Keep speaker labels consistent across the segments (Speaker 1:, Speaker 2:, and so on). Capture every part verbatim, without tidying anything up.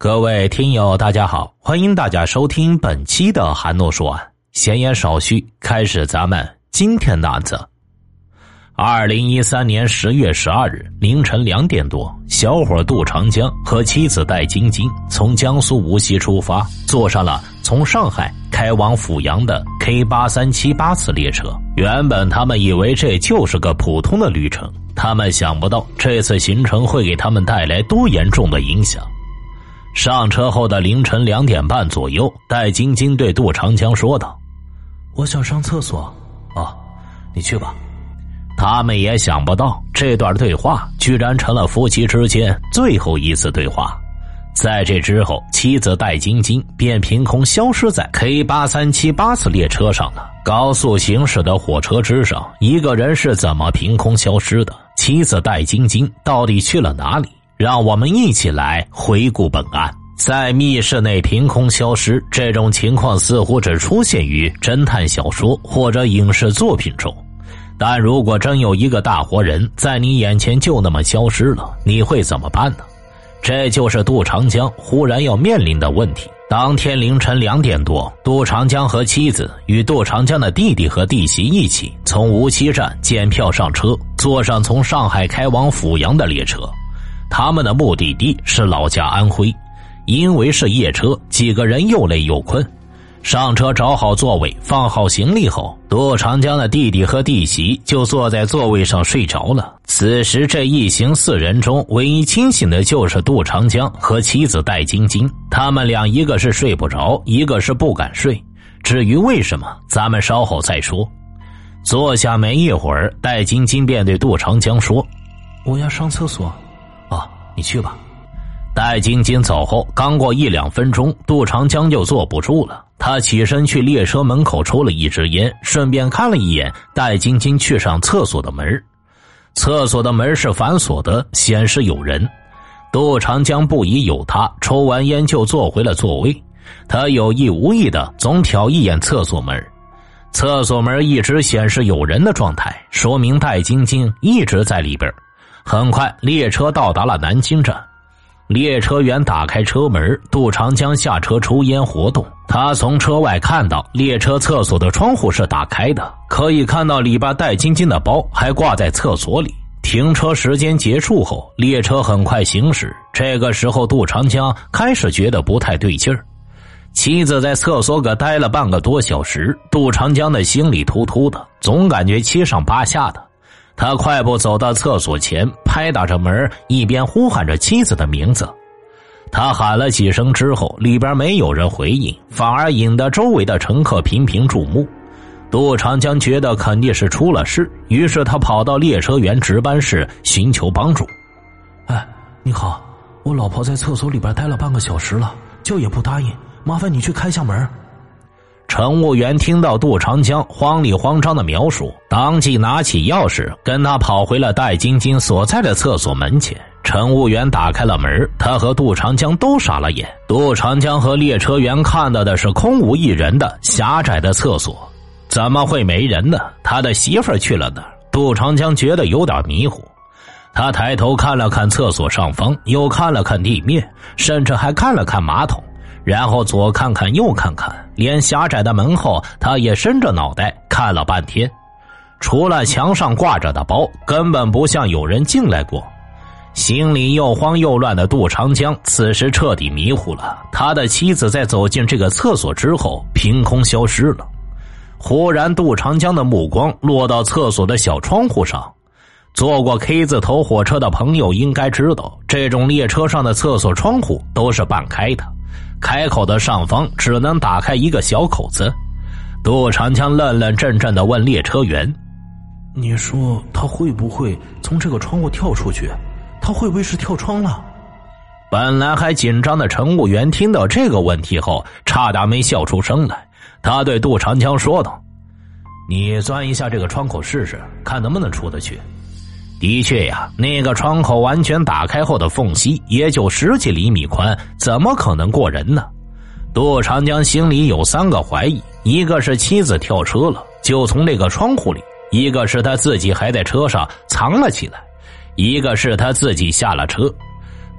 Speaker 1: 各位听友大家好，欢迎大家收听本期的韩诺说案。闲言少叙，开始咱们今天的案子。二零一三年十月十二日凌晨两点多，小伙杜长江和妻子戴晶晶从江苏无锡出发，坐上了从上海开往阜阳的 K 八三七八次列车。原本他们以为这就是个普通的旅程，他们想不到这次行程会给他们带来多严重的影响。上车后的凌晨两点半左右，戴晶晶对杜长江说道：“
Speaker 2: 我想上厕所。”“哦，你去吧。”
Speaker 1: 他们也想不到这段对话居然成了夫妻之间最后一次对话。在这之后，妻子戴晶晶便凭空消失在 K 八三七八次列车上了。高速行驶的火车之上，一个人是怎么凭空消失的？妻子戴晶晶到底去了哪里？让我们一起来回顾本案。在密室内凭空消失，这种情况似乎只出现于侦探小说或者影视作品中。但如果真有一个大活人在你眼前就那么消失了，你会怎么办呢？这就是杜长江忽然要面临的问题。当天凌晨两点多，杜长江和妻子与杜长江的弟弟和弟媳一起从无锡站检票上车，坐上从上海开往阜阳的列车。他们的目的地是老家安徽，因为是夜车，几个人又累又困。上车找好座位，放好行李后，杜长江的弟弟和弟媳就坐在座位上睡着了。此时这一行四人中唯一清醒的就是杜长江和妻子戴晶晶，他们俩一个是睡不着，一个是不敢睡。至于为什么，咱们稍后再说。坐下没一会儿，戴晶晶便对杜长江说：“
Speaker 2: 我要上厕所。”“哦，你去吧。”
Speaker 1: 戴晶晶走后，刚过一两分钟，杜长江就坐不住了。他起身去列车门口抽了一支烟，顺便看了一眼戴晶晶去上厕所的门。厕所的门是反锁的，显示有人。杜长江不疑有他，抽完烟就坐回了座位。他有意无意的总瞟一眼厕所门。厕所门一直显示有人的状态，说明戴晶晶一直在里边。很快，列车到达了南京站。列车员打开车门，杜长江下车抽烟活动。他从车外看到列车厕所的窗户是打开的，可以看到里边戴晶晶的包还挂在厕所里。停车时间结束后，列车很快行驶。这个时候，杜长江开始觉得不太对劲儿。妻子在厕所可待了半个多小时，杜长江的心里突突的，总感觉七上八下的。他快步走到厕所前，拍打着门，一边呼喊着妻子的名字。他喊了几声之后，里边没有人回应，反而引得周围的乘客频频注目。杜长江觉得肯定是出了事，于是他跑到列车员值班室寻求帮助。
Speaker 2: “哎，你好，我老婆在厕所里边待了半个小时了，叫也不答应，麻烦你去开下门。”
Speaker 1: 乘务员听到杜长江慌里慌张的描述，当即拿起钥匙跟他跑回了戴晶晶所在的厕所门前。乘务员打开了门，他和杜长江都傻了眼。杜长江和列车员看到的是空无一人的狭窄的厕所，怎么会没人呢？他的媳妇儿去了哪儿？杜长江觉得有点迷糊。他抬头看了看厕所上方，又看了看地面，甚至还看了看马桶，然后左看看右看看，连狭窄的门后他也伸着脑袋看了半天。除了墙上挂着的包，根本不像有人进来过。心里又慌又乱的杜长江此时彻底迷糊了。他的妻子在走进这个厕所之后凭空消失了。忽然杜长江的目光落到厕所的小窗户上。坐过 K 字头火车的朋友应该知道，这种列车上的厕所窗户都是半开的，开口的上方只能打开一个小口子。杜长江愣愣怔怔地问列车员：“
Speaker 2: 你说他会不会从这个窗户跳出去？他会不会是跳窗了？”
Speaker 1: 本来还紧张的乘务员听到这个问题后差点没笑出声来。他对杜长江说道：“你钻一下这个窗口试试，看能不能出得去。”的确呀，那个窗口完全打开后的缝隙也就十几厘米宽，怎么可能过人呢？杜长江心里有三个怀疑，一个是妻子跳车了，就从那个窗户里；一个是他自己还在车上藏了起来；一个是他自己下了车。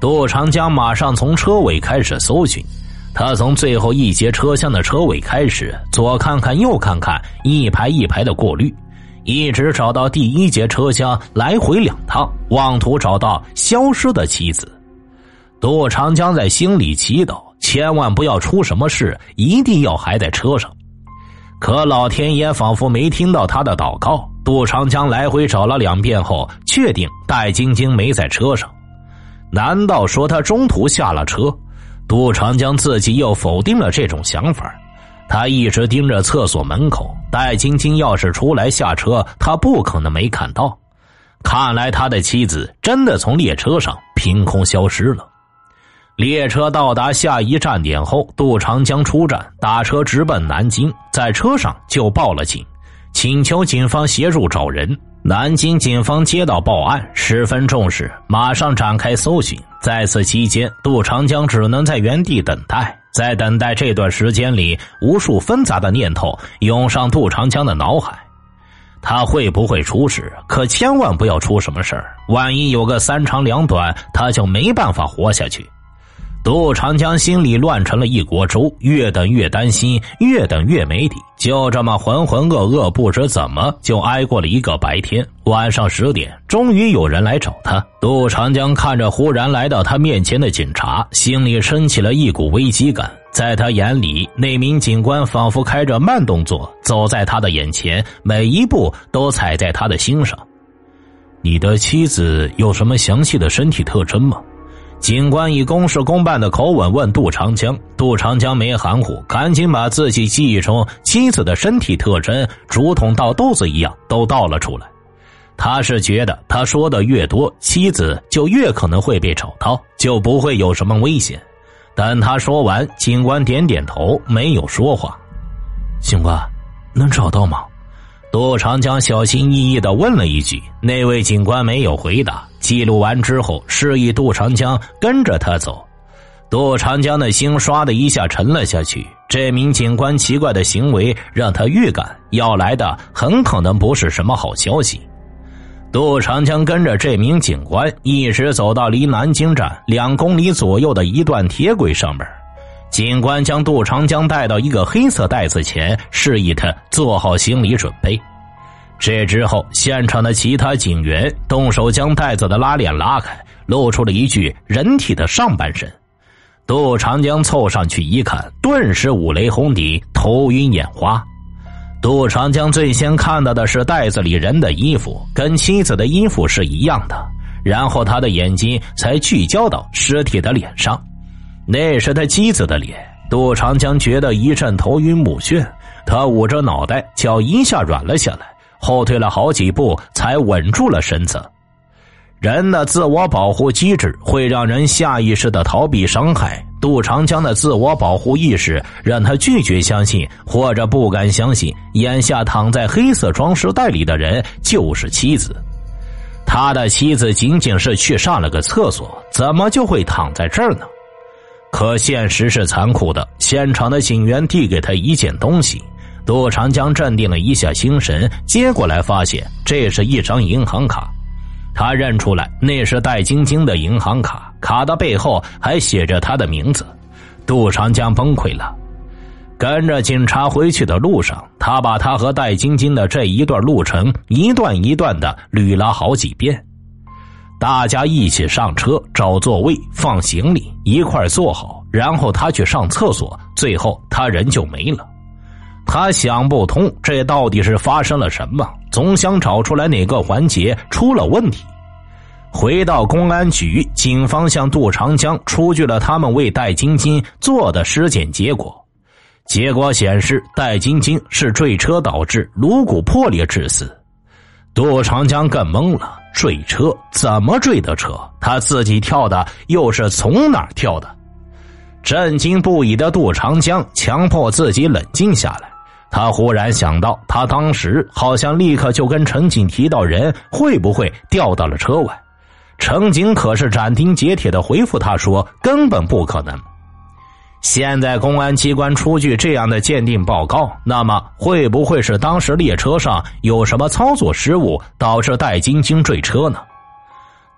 Speaker 1: 杜长江马上从车尾开始搜寻，他从最后一节车厢的车尾开始，左看看右看看，一排一排的过滤，一直找到第一节车厢，来回两趟，妄图找到消失的妻子。杜长江在心里祈祷，千万不要出什么事，一定要还在车上。可老天爷仿佛没听到他的祷告，杜长江来回找了两遍后，确定戴晶晶没在车上。难道说他中途下了车？杜长江自己又否定了这种想法。他一直盯着厕所门口，戴晶晶要是出来下车，他不可能没看到。看来他的妻子真的从列车上凭空消失了。列车到达下一站点后，杜长江出站，打车直奔南京，在车上就报了警，请求警方协助找人。南京警方接到报案，十分重视，马上展开搜寻。在此期间，杜长江只能在原地等待。在等待这段时间里，无数纷杂的念头涌上杜长江的脑海。他会不会出事？可千万不要出什么事儿，万一有个三长两短，他就没办法活下去。杜长江心里乱成了一锅粥，越等越担心，越等越没底，就这么浑浑噩噩，不知怎么就挨过了一个白天。晚上十点，终于有人来找他。杜长江看着忽然来到他面前的警察，心里升起了一股危机感。在他眼里，那名警官仿佛开着慢动作走在他的眼前，每一步都踩在他的心上。你的妻子有什么详细的身体特征吗？警官以公事公办的口吻问杜长江，杜长江没含糊，赶紧把自己记忆中妻子的身体特征竹筒倒豆子一样都倒了出来。他是觉得他说的越多，妻子就越可能会被找到，就不会有什么危险。等他说完，警官点点头，没有说话。
Speaker 2: 警官，能找到吗？
Speaker 1: 杜长江小心翼翼地问了一句，那位警官没有回答。记录完之后，示意杜长江跟着他走。杜长江的心唰的一下沉了下去，这名警官奇怪的行为让他预感要来的很可能不是什么好消息。杜长江跟着这名警官一直走到离南京站两公里左右的一段铁轨上面。警官将杜长江带到一个黑色袋子前，示意他做好心理准备。这之后，现场的其他警员动手将袋子的拉链拉开，露出了一具人体的上半身。杜长江凑上去一看，顿时五雷轰顶，头晕眼花。杜长江最先看到的是袋子里人的衣服，跟妻子的衣服是一样的，然后他的眼睛才聚焦到尸体的脸上，那是他妻子的脸。杜长江觉得一阵头晕目眩，他捂着脑袋，脚一下软了下来，后退了好几步才稳住了身子。人的自我保护机制会让人下意识的逃避伤害，杜长江的自我保护意识让他拒绝相信，或者不敢相信眼下躺在黑色装尸袋里的人就是妻子。他的妻子仅仅是去上了个厕所，怎么就会躺在这儿呢？可现实是残酷的，现场的警员递给他一件东西，杜长江镇定了一下心神，接过来发现这是一张银行卡。他认出来那是戴晶晶的银行卡，卡的背后还写着他的名字。杜长江崩溃了。跟着警察回去的路上，他把他和戴晶晶的这一段路程一段一段的捋了好几遍。大家一起上车，找座位，放行李，一块坐好，然后他去上厕所，最后他人就没了。他想不通这到底是发生了什么，总想找出来哪个环节出了问题。回到公安局，警方向杜长江出具了他们为戴晶晶做的尸检结果。结果显示，戴晶晶是坠车导致颅骨破裂致死。杜长江更懵了，坠车？怎么坠的车？他自己跳的，又是从哪儿跳的？震惊不已的杜长江强迫自己冷静下来。他忽然想到，他当时好像立刻就跟陈警提到人会不会掉到了车外。陈警可是斩钉截铁地回复他说，根本不可能。现在公安机关出具这样的鉴定报告，那么会不会是当时列车上有什么操作失误，导致戴晶晶坠车呢？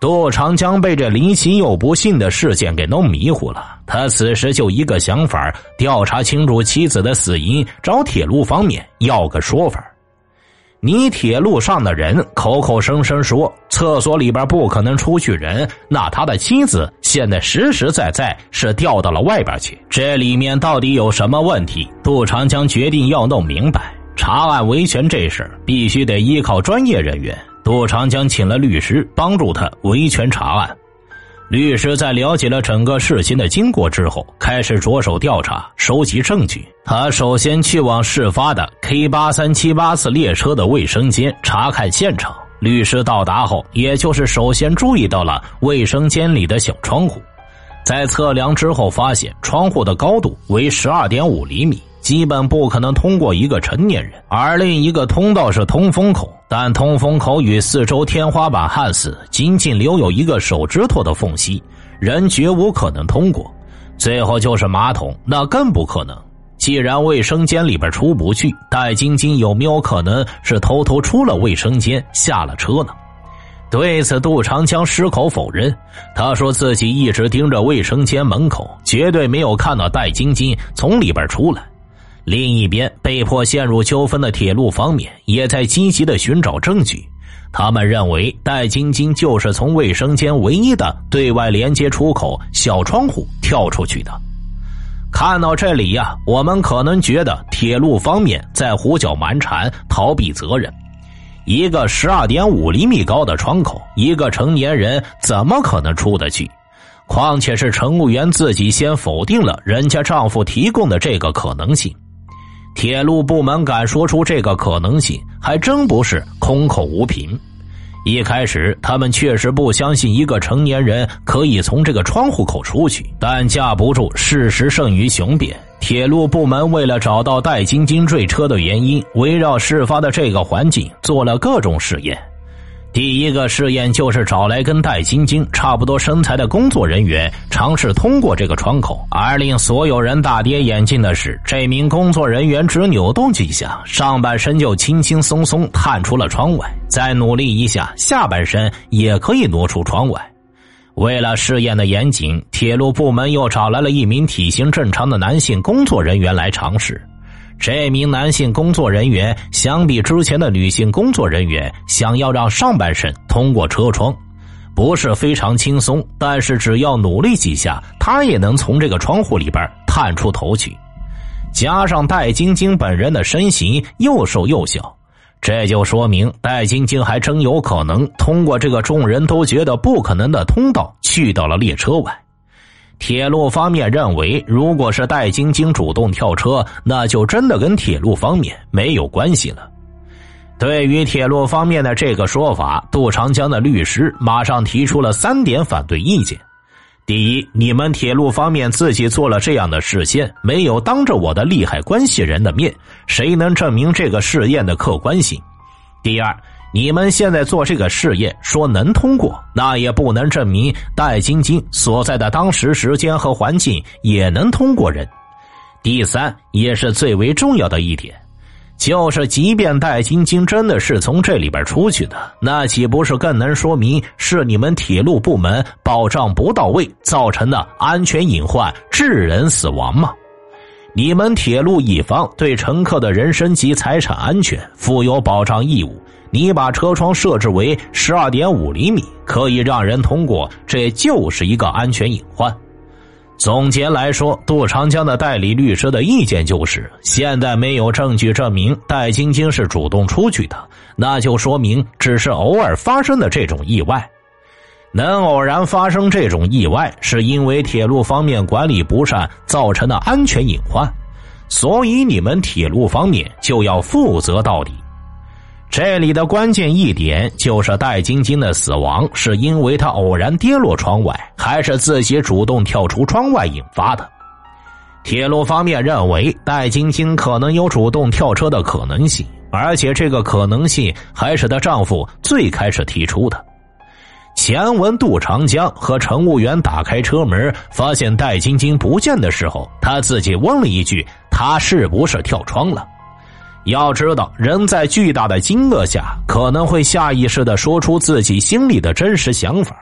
Speaker 1: 杜长江被这离奇又不幸的事件给弄迷糊了，他此时就一个想法，调查清楚妻子的死因，找铁路方面要个说法。你铁路上的人口口声声说厕所里边不可能出去人，那他的妻子现在实实在在是调到了外边去，这里面到底有什么问题？杜长江决定要弄明白。查案维权这事儿必须得依靠专业人员，杜长江请了律师帮助他维权查案。律师在了解了整个事情的经过之后，开始着手调查收集证据。他首先去往事发的 K 八三七八次列车的卫生间查看现场。律师到达后，也就是首先注意到了卫生间里的小窗户，在测量之后发现窗户的高度为 十二点五厘米，基本不可能通过一个成年人。而另一个通道是通风口，但通风口与四周天花板焊死，仅仅留有一个手指头的缝隙，人绝无可能通过。最后就是马桶，那更不可能。既然卫生间里边出不去，戴晶晶有没有可能是偷偷出了卫生间下了车呢？对此杜长江矢口否认，他说自己一直盯着卫生间门口，绝对没有看到戴晶晶从里边出来。另一边，被迫陷入纠纷的铁路方面也在积极的寻找证据。他们认为戴晶晶就是从卫生间唯一的对外连接出口小窗户跳出去的。看到这里呀、啊，我们可能觉得铁路方面在胡搅蛮缠，逃避责任。一个 十二点五厘米高的窗口，一个成年人怎么可能出得去？况且是乘务员自己先否定了人家丈夫提供的这个可能性。铁路部门敢说出这个可能性，还真不是空口无凭。一开始他们确实不相信一个成年人可以从这个窗户口出去，但架不住事实胜于雄辩。铁路部门为了找到戴晶晶坠车的原因，围绕事发的这个环境做了各种试验。第一个试验就是找来跟戴晶晶差不多身材的工作人员，尝试通过这个窗口。而令所有人大跌眼镜的是，这名工作人员只扭动几下，上半身就轻轻松松探出了窗外，再努力一下，下半身也可以挪出窗外。为了试验的严谨，铁路部门又找来了一名体型正常的男性工作人员来尝试。这名男性工作人员相比之前的女性工作人员，想要让上半身通过车窗，不是非常轻松，但是只要努力几下，他也能从这个窗户里边探出头去。加上戴晶晶本人的身形又瘦又小，这就说明戴晶晶还真有可能通过这个众人都觉得不可能的通道去到了列车外。铁路方面认为，如果是戴晶晶主动跳车，那就真的跟铁路方面没有关系了。对于铁路方面的这个说法，杜长江的律师马上提出了三点反对意见。第一，你们铁路方面自己做了这样的试验，没有当着我的利害关系人的面，谁能证明这个试验的客观性？第二，你们现在做这个试验说能通过，那也不能证明戴晶晶所在的当时时间和环境也能通过人。第三，也是最为重要的一点，就是即便戴晶晶真的是从这里边出去的，那岂不是更能说明是你们铁路部门保障不到位造成的安全隐患，致人死亡吗？你们铁路一方对乘客的人身及财产安全负有保障义务，你把车窗设置为 十二点五厘米，可以让人通过，这就是一个安全隐患。总结来说，杜长江的代理律师的意见就是，现在没有证据证明戴晶晶是主动出去的，那就说明只是偶尔发生的这种意外。能偶然发生这种意外，是因为铁路方面管理不善造成的安全隐患，所以你们铁路方面就要负责到底。这里的关键一点就是戴晶晶的死亡是因为她偶然跌落窗外，还是自己主动跳出窗外引发的。铁路方面认为戴晶晶可能有主动跳车的可能性，而且这个可能性还是她丈夫最开始提出的。前文杜长江和乘务员打开车门发现戴晶晶不见的时候，他自己问了一句，他是不是跳窗了？要知道，人在巨大的惊愕下可能会下意识地说出自己心里的真实想法，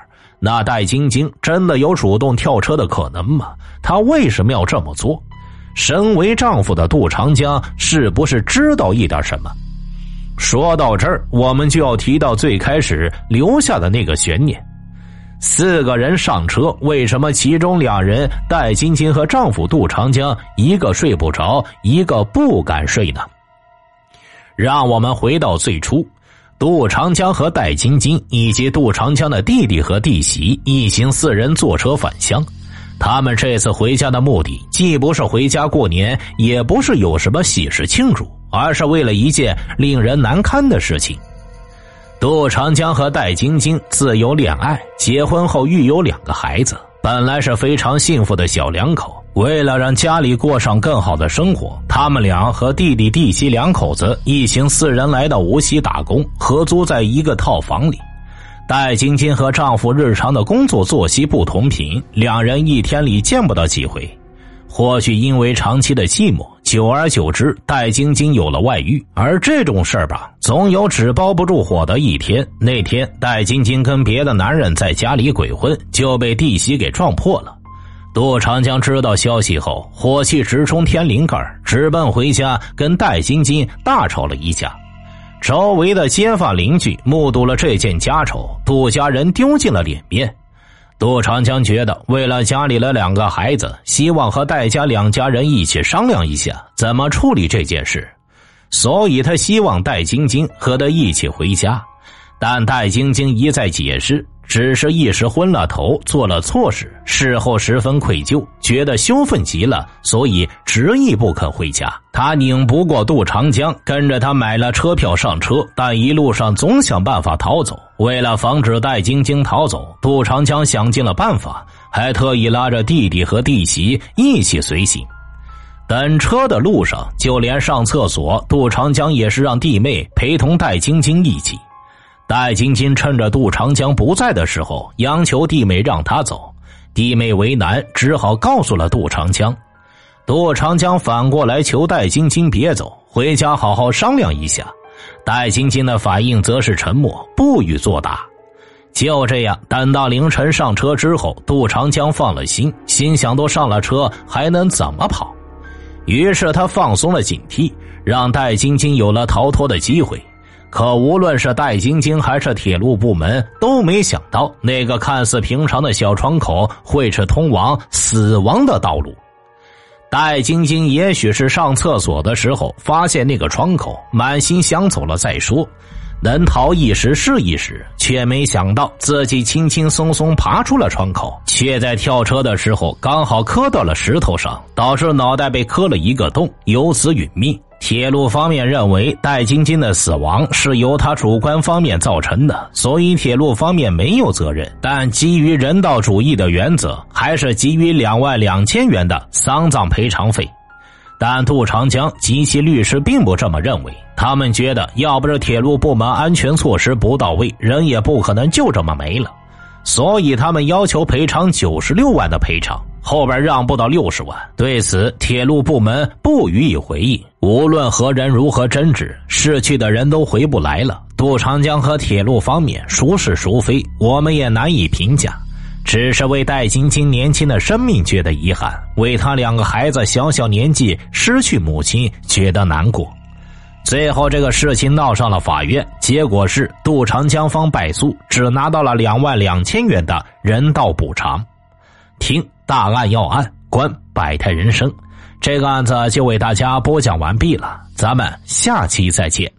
Speaker 1: 那戴晶晶真的有主动跳车的可能吗？她为什么要这么做？身为丈夫的杜长江是不是知道一点什么？说到这儿，我们就要提到最开始留下的那个悬念。四个人上车，为什么其中两人戴晶晶和丈夫杜长江一个睡不着，一个不敢睡呢？让我们回到最初，杜长江和戴晶晶以及杜长江的弟弟和弟媳一行四人坐车返乡。他们这次回家的目的既不是回家过年，也不是有什么喜事庆祝，而是为了一件令人难堪的事情。杜长江和戴晶晶自由恋爱，结婚后育有两个孩子，本来是非常幸福的小两口。为了让家里过上更好的生活，他们俩和弟弟弟媳两口子一行四人来到无锡打工，合租在一个套房里。戴晶晶和丈夫日常的工作作息不同频，两人一天里见不到几回。或许因为长期的寂寞，久而久之，戴晶晶有了外遇。而这种事儿吧，总有纸包不住火的一天。那天，戴晶晶跟别的男人在家里鬼混，就被弟媳给撞破了。杜长江知道消息后，火气直冲天灵盖，直奔回家，跟戴晶晶大吵了一架。周围的街坊邻居目睹了这件家丑，杜家人丢尽了脸面。杜长江觉得，为了家里的两个孩子，希望和戴家两家人一起商量一下怎么处理这件事，所以他希望戴晶晶和他一起回家。但戴晶晶一再解释，只是一时昏了头，做了错事，事后十分愧疚，觉得羞愤极了，所以执意不肯回家。他拧不过杜长江，跟着他买了车票上车，但一路上总想办法逃走。为了防止戴晶晶逃走，杜长江想尽了办法，还特意拉着弟弟和弟媳一起随行。等车的路上，就连上厕所，杜长江也是让弟妹陪同戴晶晶一起。戴晶晶趁着杜长江不在的时候，央求弟妹让他走，弟妹为难，只好告诉了杜长江。杜长江反过来求戴晶晶别走，回家好好商量一下。戴晶晶的反应则是沉默，不予作答。就这样，等到凌晨上车之后，杜长江放了心，心想都上了车，还能怎么跑？于是他放松了警惕，让戴晶晶有了逃脱的机会。可无论是戴晶晶还是铁路部门，都没想到那个看似平常的小窗口会是通往死亡的道路。戴晶晶也许是上厕所的时候发现那个窗口，满心想走了再说，能逃一时是一时，却没想到自己轻轻松松爬出了窗口，却在跳车的时候刚好磕到了石头上，导致脑袋被磕了一个洞，由此殒命。铁路方面认为戴晶晶的死亡是由他主观方面造成的，所以铁路方面没有责任，但基于人道主义的原则，还是给予两万两千元的丧葬赔偿费。但杜长江及其律师并不这么认为，他们觉得要不是铁路部门安全措施不到位，人也不可能就这么没了，所以他们要求赔偿九十六万的赔偿，后边让步到六十万。对此，铁路部门不予以回应。无论何人如何争执，逝去的人都回不来了。杜长江和铁路方面孰是孰非，我们也难以评价。只是为戴晶晶年轻的生命觉得遗憾，为他两个孩子小小年纪失去母亲觉得难过。最后这个事情闹上了法院，结果是杜长江方败诉，只拿到了两万两千元的人道补偿。听大案要案，观百态人生，这个案子就为大家播讲完毕了，咱们下期再见。